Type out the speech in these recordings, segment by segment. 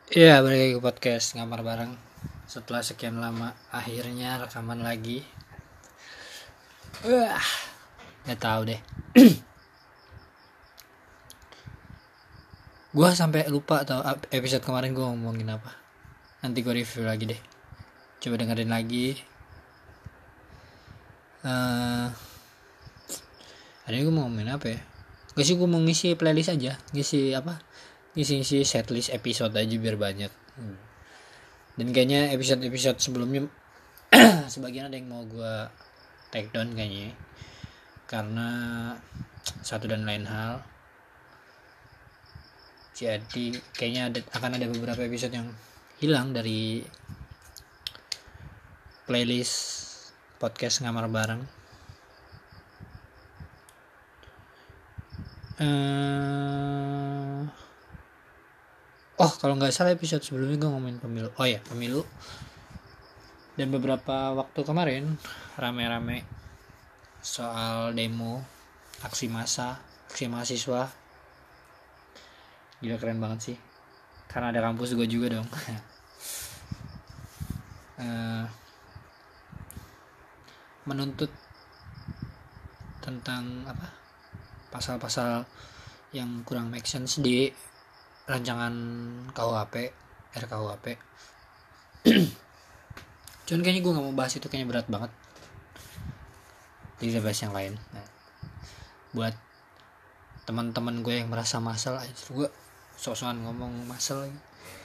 Iya, balik lagi ke podcast ngamar bareng. Setelah sekian lama, akhirnya rekaman lagi. Nggak tahu deh. Gua sampai lupa tau episode kemarin gua ngomongin apa. Nanti gua review lagi deh. Coba dengerin lagi. Hari ini gua mau ngomongin apa ya? Gak sih, gua mau ngisi playlist aja. Ngisi setlist episode aja biar banyak. Dan kayaknya episode sebelumnya sebagian ada yang mau gua take down kayaknya. Karena satu dan lain hal. Jadi kayaknya akan ada beberapa episode yang hilang dari playlist podcast ngamar bareng. Kalau nggak salah episode sebelumnya gue ngomongin pemilu. Pemilu. Dan beberapa waktu kemarin rame-rame soal demo, aksi mahasiswa. Gila, keren banget sih. Karena ada kampus gue juga dong. Menuntut tentang pasal-pasal yang kurang make sense di rancangan RKUHP. Cuman kayaknya gue nggak mau bahas itu, kayaknya berat banget. Jadi kita bahas yang lain. Buat teman-teman gue yang merasa masalah, gue sok-sokan ngomong masalah lagi.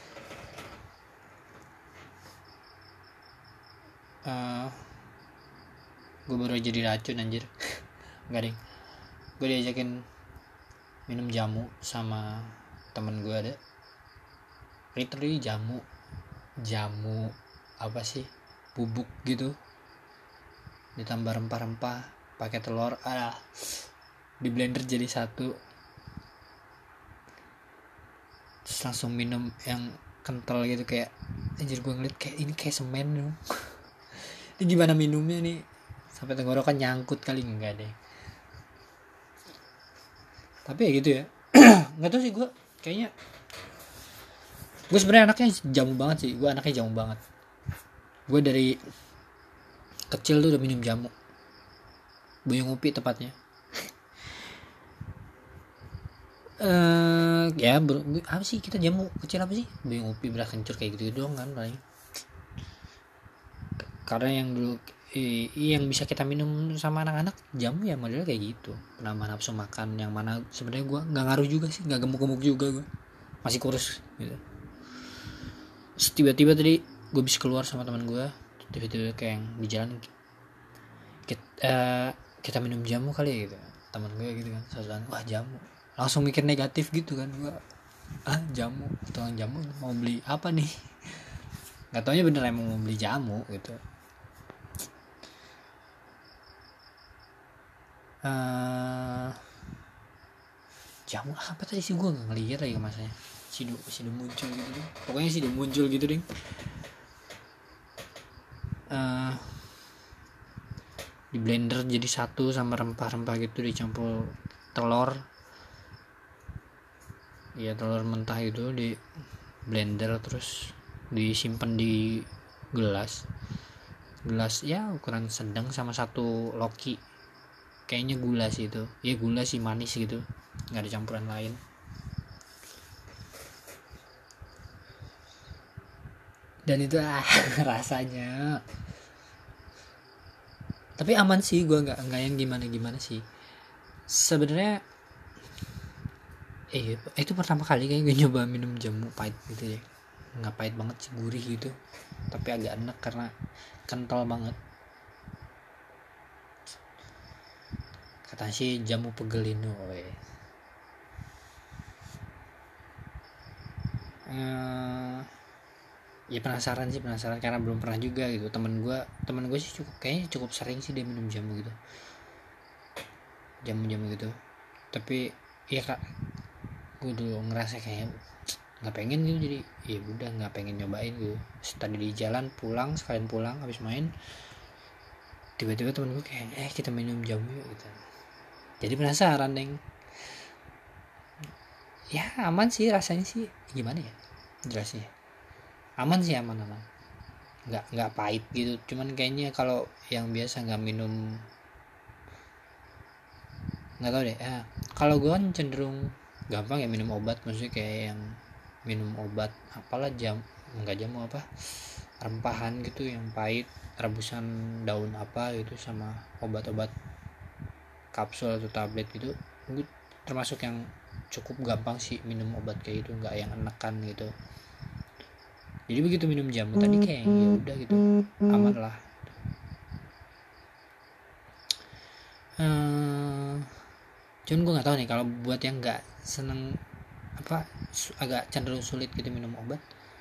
Gue baru aja diracun anjir. Enggak deh, gue diajakin minum jamu sama temen gue, ada literally jamu apa sih, bubuk gitu ditambah rempah-rempah pakai telur, di blender jadi satu, terus langsung minum yang kental gitu. Kayak anjir, gue ngeliat kayak ini kayak semen dong. Ini gimana minumnya nih sampai tenggorokan nyangkut kali? Enggak deh, tapi ya gitu ya. Nggak tahu sih, gue kayaknya gue sebenarnya anaknya jamu banget sih. Gue dari kecil tuh udah minum jamu, buyung upi tepatnya. Apa sih kita jamu kecil apa sih, buyung upi, beras kencur, kayak gitu doang kan paling. Karena yang dulu yang bisa kita minum sama anak-anak jamu ya modelnya kayak gitu, penambah nafsu makan, yang mana sebenarnya gue nggak ngaruh juga sih, nggak gemuk-gemuk juga, gue masih kurus gitu. Terus tiba-tiba tadi gue bisa keluar sama teman gue, tiba-tiba kayak yang di jalan, kita minum jamu kali ya gitu, teman gue gitu kan, soalnya wah jamu, langsung mikir negatif gitu kan gue. Jamu, tukang jamu mau beli apa nih, nggak taunya bener emang mau beli jamu gitu. Jamu apa tadi sih, gue nggak ngeliat lagi masanya. Sido muncul gitu deh, pokoknya Sido muncul gitu deh. Di blender jadi satu sama rempah-rempah gitu, dicampur telur mentah itu di blender, terus disimpan di gelas ya ukuran sedang sama satu loki, kayaknya gula sih itu ya, gula sih manis gitu, nggak ada campuran lain. Dan itu rasanya, tapi aman sih, gue nggak yang gimana sih sebenarnya. Itu pertama kali kayak gue nyoba minum jamu pahit gitu ya, nggak pahit banget sih, gurih gitu, tapi agak enak karena kental banget. Kata sih jamu pegelino. Ya penasaran karena belum pernah juga gitu. Temen gue sih cukup sering sih dia minum jamu gitu, jamu gitu. Tapi ya kak, gue dulu ngerasa kayak nggak pengen gitu, jadi ya udah nggak pengen nyobain gitu. Tadi di jalan sekalian pulang habis main, tiba-tiba temen gue kayak kita minum jamu yuk gitu. Jadi penasaran deng. Ya aman sih rasanya sih, gimana ya, jelasnya aman sih, aman nggak pahit gitu. Cuman kayaknya kalau yang biasa nggak minum, nggak tahu deh kalau gue kan cenderung gampang ya minum obat, maksudnya kayak yang minum obat apalah nggak jamu apa, rempahan gitu yang pahit, rebusan daun apa gitu, sama obat-obat kapsul atau tablet gitu. Gue termasuk yang cukup gampang sih minum obat kayak gitu, nggak yang enakan gitu. Jadi begitu minum jamu tadi kayak ya udah gitu, aman lah. Cuman gue nggak tahu nih kalau buat yang nggak seneng apa, agak cenderung sulit gitu minum obat,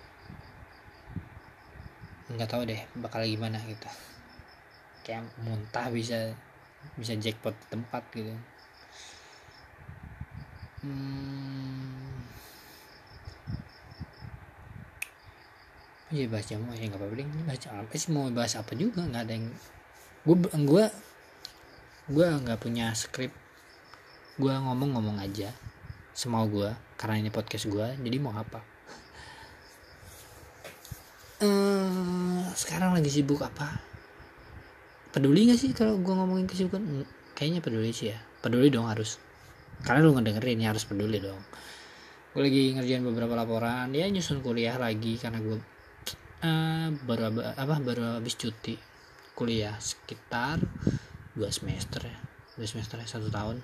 nggak tahu deh bakal gimana gitu. Kayak muntah bisa jackpot di tempat gitu. Bahas jamu aja nggak apa-apa deh. Ini bahas apa sih, mau bahas apa juga nggak ada yang gue nggak punya skrip, gue ngomong aja semau gue karena ini podcast gue, jadi mau apa. Sekarang lagi sibuk apa? Peduli nggak sih kalau gue ngomongin kesibukan? Kayaknya peduli sih ya, peduli dong harus, karena lu ngedengerin ya harus peduli dong. Gue lagi ngerjain beberapa laporan, ya nyusun kuliah lagi karena gue baru habis cuti kuliah sekitar 2 semester ya 1 tahun.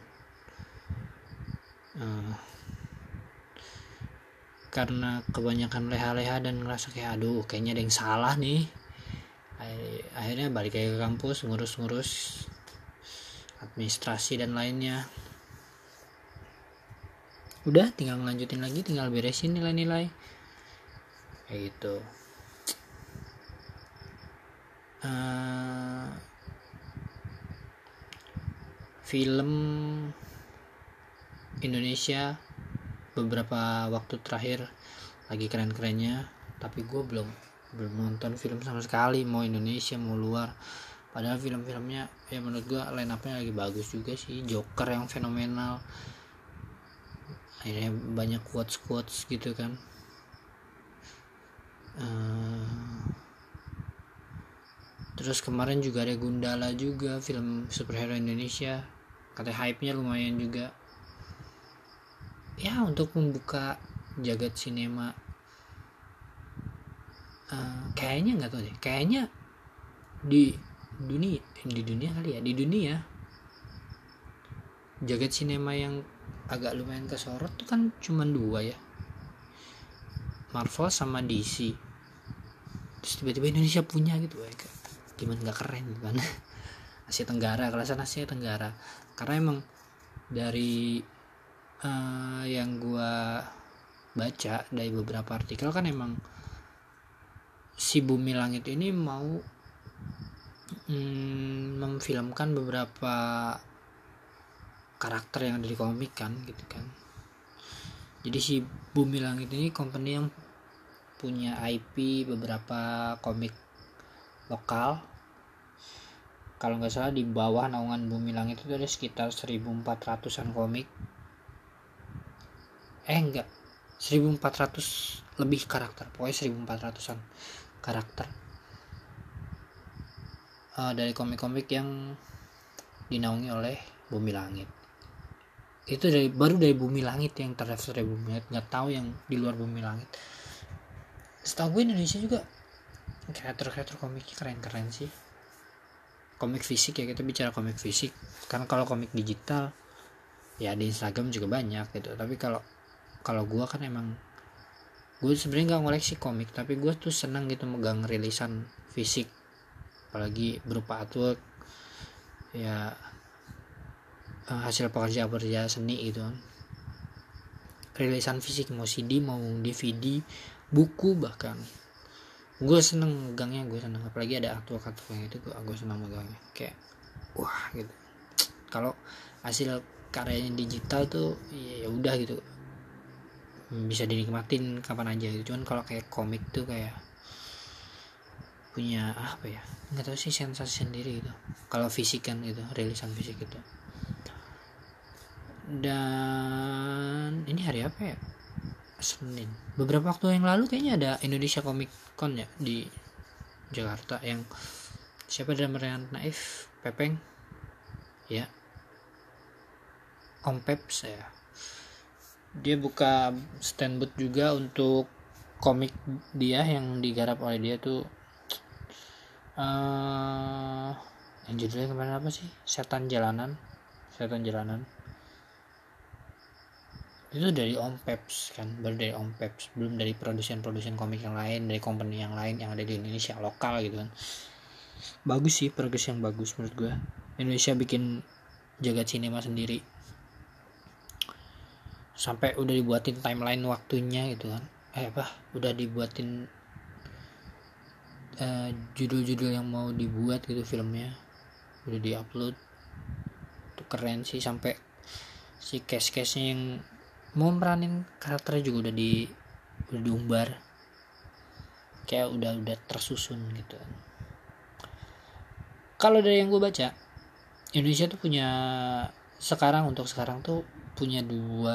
Karena kebanyakan leha-leha dan ngerasa kayak aduh kayaknya ada yang salah nih, akhirnya balik lagi ke kampus ngurus administrasi dan lainnya. Udah tinggal ngelanjutin lagi, tinggal beresin nilai-nilai kayak gitu. Film Indonesia beberapa waktu terakhir lagi keren-kerennya, tapi gue belum nonton film sama sekali, mau Indonesia mau luar. Padahal film-filmnya ya menurut gue line up-nya lagi bagus juga sih. Joker yang fenomenal, akhirnya banyak quotes gitu kan. Terus kemarin juga ada Gundala juga, film superhero Indonesia, katanya hype-nya lumayan juga ya untuk membuka jagat sinema. Kayaknya nggak tahu deh, kayaknya di dunia kali ya, di dunia jagat sinema yang agak lumayan kesorot tuh kan cuma 2 ya, Marvel sama DC. Terus tiba-tiba Indonesia punya gitu, gimana nggak keren gitu kan. Asia Tenggara, kelasan Asia Tenggara, karena emang dari yang gua baca dari beberapa artikel kan emang si Bumi Langit ini mau memfilmkan beberapa karakter yang ada di komik kan gitu kan. Jadi si Bumi Langit ini company yang punya IP beberapa komik lokal. Kalau nggak salah di bawah naungan Bumi Langit itu ada sekitar 1400-an komik. Enggak, 1400 lebih karakter, pokoknya 1400-an karakter dari komik-komik yang dinaungi oleh Bumi Langit. Itu baru dari Bumi Langit yang terdaftar dari Bumi Langit, nggak tahu yang di luar Bumi Langit. Setahu gue Indonesia juga kreator komiknya keren-keren sih. Komik fisik ya, kita bicara komik fisik, karena kalau komik digital ya di Instagram juga banyak gitu. Tapi kalau gue kan emang gue sebenarnya nggak ngoleksi komik, tapi gue tuh senang gitu megang rilisan fisik, apalagi berupa artwork ya, hasil pekerja seni gitu kan. Rilisan fisik mau CD mau DVD buku bahkan gue seneng megangnya, apalagi ada artwork yang itu gue seneng megangnya, kayak wah gitu. Kalau hasil karyanya digital tuh ya udah gitu, bisa dinikmatin kapan aja gitu. Cuman kalau kayak komik tuh kayak punya apa ya, nggak tahu sih, sensasi sendiri gitu kalau fisik kan gitu, rilisan fisik itu. Dan ini hari apa ya, Senin. Beberapa waktu yang lalu kayaknya ada Indonesia Comic Con ya di Jakarta, yang siapa drummernya Naif, Pepeng, ya, Om Peps ya. Dia buka stand booth juga untuk komik dia yang digarap oleh dia tuh yang judulnya kemarin apa sih? Setan Jalanan. Itu dari Om Peps kan, baru dari Om Peps, belum dari produsen komik yang lain, dari company yang lain yang ada di Indonesia lokal gitu kan. Bagus sih, progres yang bagus menurut gue. Indonesia bikin jagat sinema sendiri, sampai udah dibuatin timeline waktunya gitu kan. Udah dibuatin judul-judul yang mau dibuat gitu, filmnya udah diupload. Tuh keren sih, sampai si cast-castnya yang mau meranin karakternya juga udah diumbar, kayak udah tersusun gitu. Kalau dari yang gue baca, Indonesia tuh punya untuk sekarang tuh punya dua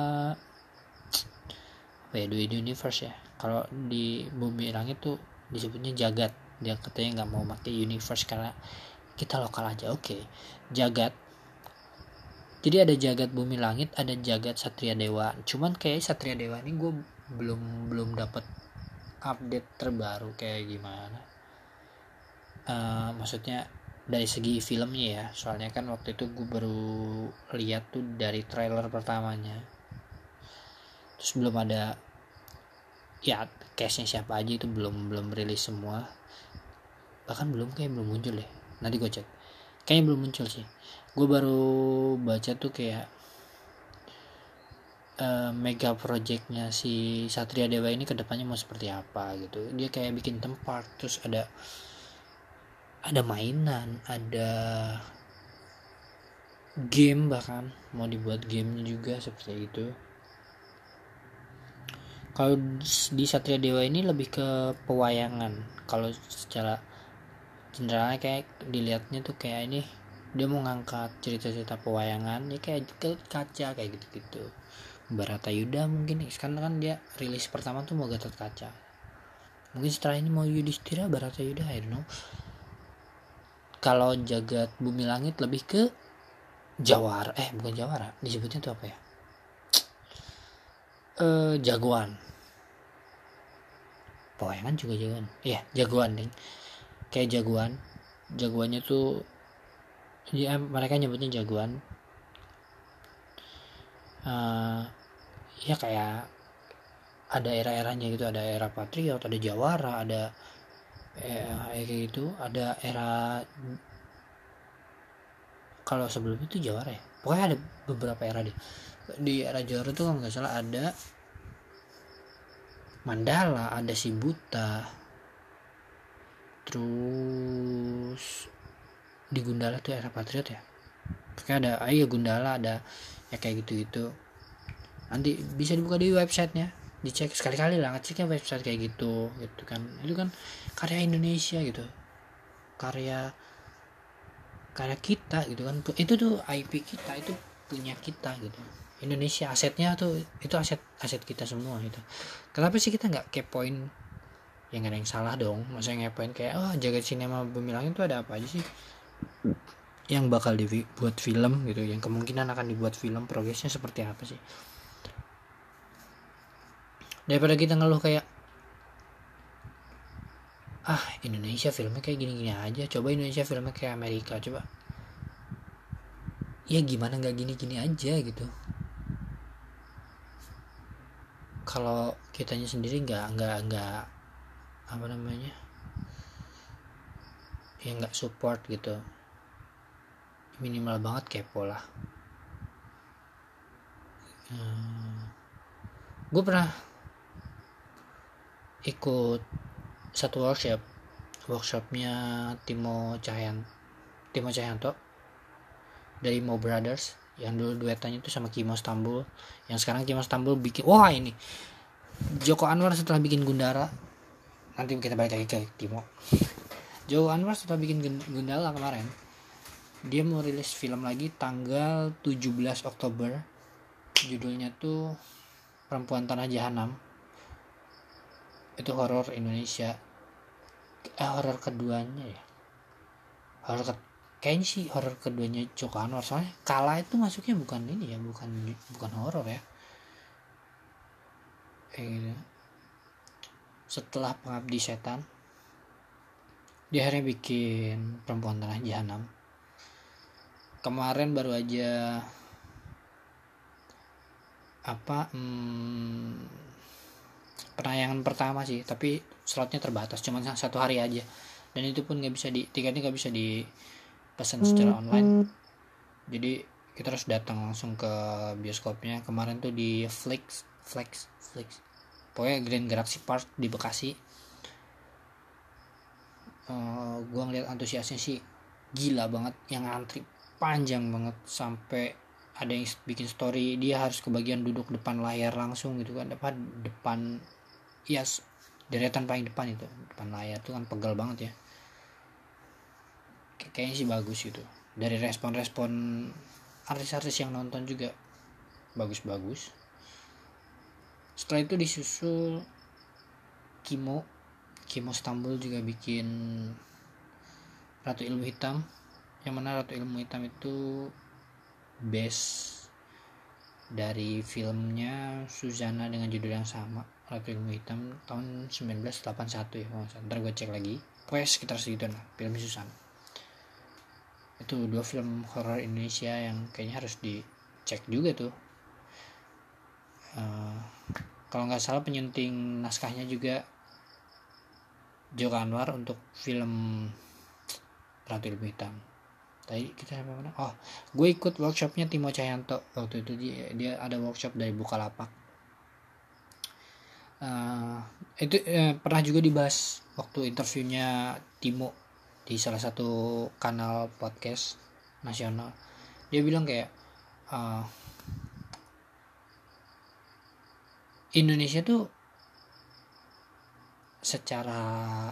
universe ya. Kalau di Bumi Langit tuh disebutnya jagat, dia katanya nggak mau pakai universe karena kita lokal aja. Oke. Jagat, jadi ada jagat Bumi Langit, ada jagat Satria Dewa. Cuman kayak Satria Dewa ini gue belum dapat update terbaru kayak gimana. Maksudnya dari segi filmnya ya, soalnya kan waktu itu gue baru lihat tuh dari trailer pertamanya, terus belum ada ya castnya siapa aja itu belum rilis semua, bahkan belum muncul deh, nanti gue cek, kayaknya belum muncul sih. Gue baru baca tuh kayak mega projectnya si Satria Dewa ini kedepannya mau seperti apa gitu. Dia kayak bikin tempat, terus ada mainan, ada game, bahkan mau dibuat gamenya juga seperti itu. Kalau di Satria Dewa ini lebih ke pewayangan. Kalau secara generalnya kayak dilihatnya tuh kayak ini, dia mau ngangkat cerita-cerita pewayangan ya, kayak kaca kayak gitu-gitu. Baratayuda mungkin, karena kan dia rilis pertama tuh mau Gatot Kaca. Mungkin setelah ini mau Yudhistira, Baratayuda, I don't know. Kalau jagat Bumi Langit lebih ke Jawara, bukan Jawara, disebutnya tuh apa ya? Jagoan. Pewayangan juga jagoan. Iya, jagoan nih. Kayak jagoannya tuh ya, mereka nyebutnya jagoan. Ya kayak ada era-eranya gitu, ada era Patriot, ada Jawara, ada kayak gitu, ada era, kalau sebelum itu Jawara ya, pokoknya ada beberapa era deh. Di era Jawara tuh kalau nggak salah ada Mandala, ada si Buta, terus di Gundala tuh era Patriot ya, pokoknya ada Gundala, ada ya kayak gitu. Nanti bisa dibuka di websitenya, dicek sekali-kali lah, ngeceknya website kayak gitu kan. Itu kan karya Indonesia gitu, karya kita gitu kan. Itu tuh IP kita, itu punya kita gitu. Indonesia asetnya tuh, itu aset kita semua gitu. Kenapa sih kita nggak kepoin? Ya nggak ada yang salah dong, maksudnya ngepoin kayak jagat sinema Bumi Langit itu ada apa aja sih yang bakal dibuat film gitu, yang kemungkinan akan dibuat film, progresnya seperti apa sih, daripada kita ngeluh kayak Indonesia filmnya kayak gini-gini aja. Coba Indonesia filmnya kayak Amerika, coba ya gimana nggak gini-gini aja gitu. Kalau kitanya sendiri nggak apa namanya ya, nggak support gitu, minimal banget kepo lah. Gue pernah ikut satu workshopnya Timo Cahyanto dari Mo Brothers, yang dulu duetannya itu sama Kimo Stambul, yang sekarang Kimo Stambul bikin ini Joko Anwar setelah bikin Gundala. Nanti kita balik lagi ke Timo. Joko Anwar setelah bikin Gundala kemarin, dia mau rilis film lagi tanggal 17 Oktober. Judulnya tuh Perempuan Tanah Jahanam. Itu horor Indonesia. Horor keduanya ya. Kayaknya sih horor keduanya Joko Anwar. Soalnya Kala itu masuknya bukan ini ya, bukan horor ya. Gitu. Setelah Pengabdi Setan, dia akhirnya bikin Perempuan Tanah Jahanam. Kemarin baru aja penayangan pertama sih, tapi slotnya terbatas, cuma 1 hari aja, dan itu pun tiketnya nggak bisa dipesan secara online, jadi kita harus datang langsung ke bioskopnya. Kemarin tuh di Flix pokoknya Grand Galaxy Park di Bekasi. Gue ngeliat antusiasnya sih gila banget, yang antri panjang banget, sampai ada yang bikin story dia harus kebagian duduk depan layar langsung gitu kan, depan ya, deretan paling depan itu, depan layar tuh kan pegel banget ya. Kayaknya sih bagus gitu, dari respon artis-artis yang nonton juga bagus. Setelah itu disusul Kimo Istanbul juga bikin Ratu Ilmu Hitam, yang mana Ratu Ilmu Hitam itu base dari filmnya Suzana dengan judul yang sama, Ratu Ilmu Hitam, tahun 1981 ya. Ntar gue cek lagi, pokoknya sekitar segitu lah film Suzana. Itu 2 film horor Indonesia yang kayaknya harus dicek juga tuh. Kalau nggak salah penyunting naskahnya juga Joko Anwar untuk film Ratu Ilmu Hitam. Tadi kita sampai mana? Gue ikut workshopnya Timo Cahyanto waktu itu. Dia ada workshop dari Bukalapak. Itu pernah juga dibahas waktu interviewnya Timo di salah satu kanal podcast nasional. Dia bilang kayak Indonesia tuh secara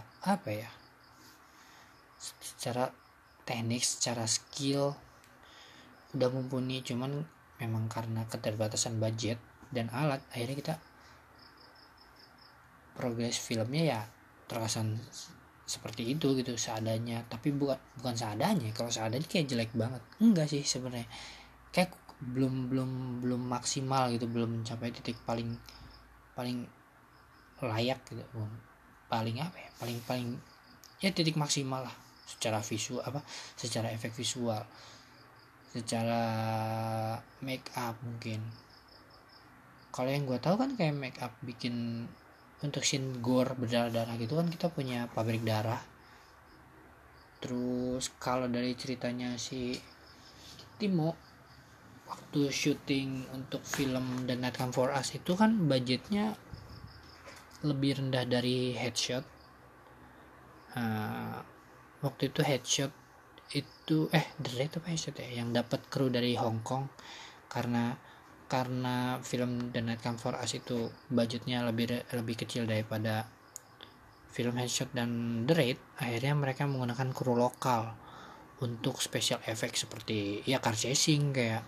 secara teknik, secara skill udah mumpuni, cuman memang karena keterbatasan budget dan alat, akhirnya kita progres filmnya ya terkesan seperti itu gitu, seadanya. Tapi bukan seadanya, kalau seadanya kayak jelek banget, enggak sih sebenarnya, kayak belum maksimal gitu, belum mencapai titik paling layak gitu, paling ya titik maksimal lah, secara visual secara efek visual, secara make up. Mungkin kalau yang gue tahu kan kayak make up bikin untuk scene gore berdarah-darah gitu kan, kita punya Pabrik Darah. Terus kalau dari ceritanya si Timo waktu syuting untuk film The Night Come For Us itu kan budgetnya lebih rendah dari Headshot. Waktu itu Headshot itu The Raid apa Headshot ya, yang dapat kru dari Hong Kong, karena film The Night Come For Us itu budgetnya lebih kecil daripada film Headshot dan The Raid. Akhirnya mereka menggunakan kru lokal untuk special effect seperti ya car chasing, kayak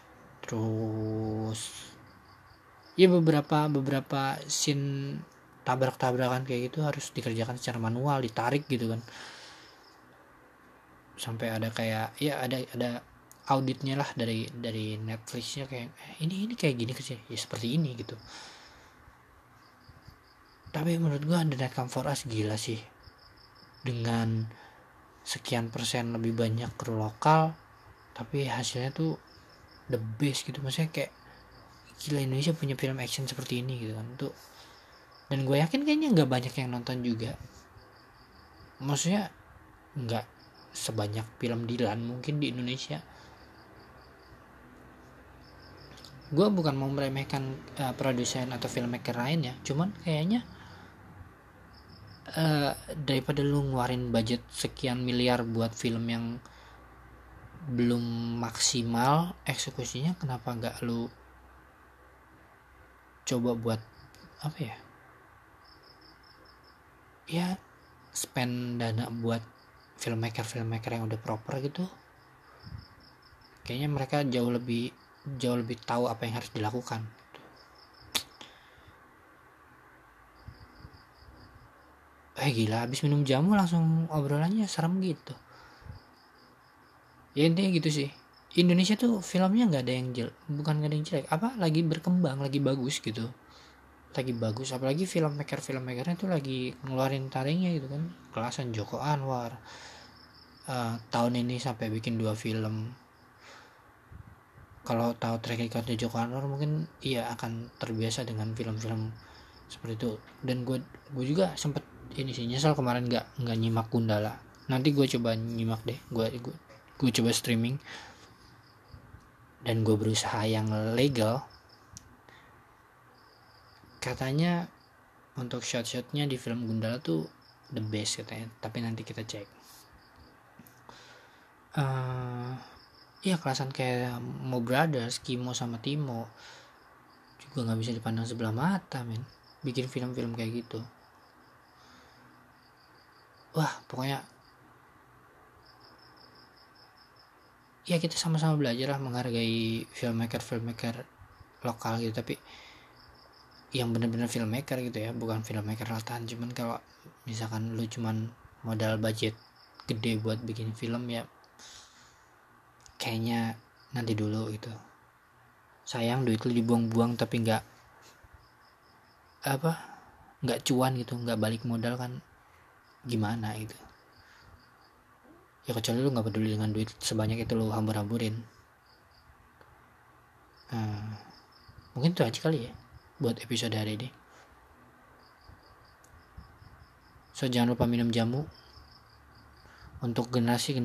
terus ya beberapa scene tabrak-tabrakan kayak gitu harus dikerjakan secara manual, ditarik gitu kan, sampai ada kayak ya ada auditnya lah dari Netflixnya, kayak ini kayak gini kecil ya, seperti ini gitu. Tapi menurut gua The Night Come For Us gila sih, dengan sekian persen lebih banyak kru lokal tapi hasilnya tuh the best gitu. Maksudnya kayak gila, Indonesia punya film action seperti ini gitu kan tuh. Dan gue yakin kayaknya nggak banyak yang nonton juga, maksudnya nggak sebanyak film Dilan mungkin di Indonesia. Gue bukan mau meremehkan produsen atau filmmaker lain ya, cuman kayaknya daripada lu ngeluarin budget sekian miliar buat film yang belum maksimal eksekusinya, kenapa nggak lu coba buat ya spend dana buat filmmaker yang udah proper gitu. Kayaknya mereka jauh lebih tahu apa yang harus dilakukan. Gila, habis minum jamu langsung obrolannya serem gitu. Ya intinya gitu sih. Indonesia tuh filmnya nggak ada yang bukan nggak ada yang jelek, lagi berkembang, lagi bagus gitu, lagi bagus. Apalagi filmmakernya tuh lagi ngeluarin taringnya gitu kan, kelasan Joko Anwar. Tahun ini sampai bikin 2 film. Kalau tahu track recordnya Joko Anwar mungkin ia akan terbiasa dengan film-film seperti itu. Dan gue juga sempet ini sih nyesel kemarin nggak nyimak Gundala. Nanti gue coba nyimak deh, gue coba streaming. Dan gue berusaha yang legal. Katanya untuk shot-shotnya di film Gundala tuh the best katanya, tapi nanti kita cek. Iya, kelasan kayak Mo Brothers, Kimo sama Timo juga nggak bisa dipandang sebelah mata, men. Bikin film-film kayak gitu. Wah, pokoknya ya kita sama-sama belajar lah menghargai filmmaker lokal gitu, tapi yang benar-benar filmmaker gitu ya, bukan filmmaker latan. Cuman kalau misalkan lu cuman modal budget gede buat bikin film, ya kayaknya nanti dulu gitu. Sayang duit lu dibuang-buang tapi nggak cuan gitu, nggak balik modal kan, gimana gitu ya. Kecuali lu nggak peduli dengan duit sebanyak itu lu hambur-hamburin. Mungkin itu aja kali ya buat episode hari ini. So jangan lupa minum jamu. Untuk generasi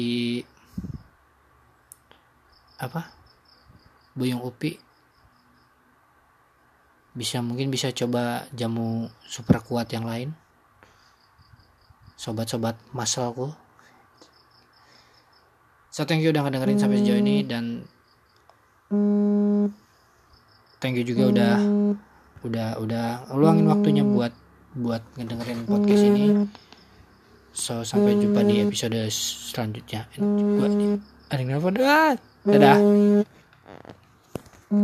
Buyung Upi mungkin bisa coba jamu super kuat yang lain, sobat-sobat masalku. So thank you udah ngedengerin sampai sejauh ini, dan thank you juga udah ngeluangin waktunya buat ngedengerin podcast ini. So sampai jumpa di episode selanjutnya. Dadah.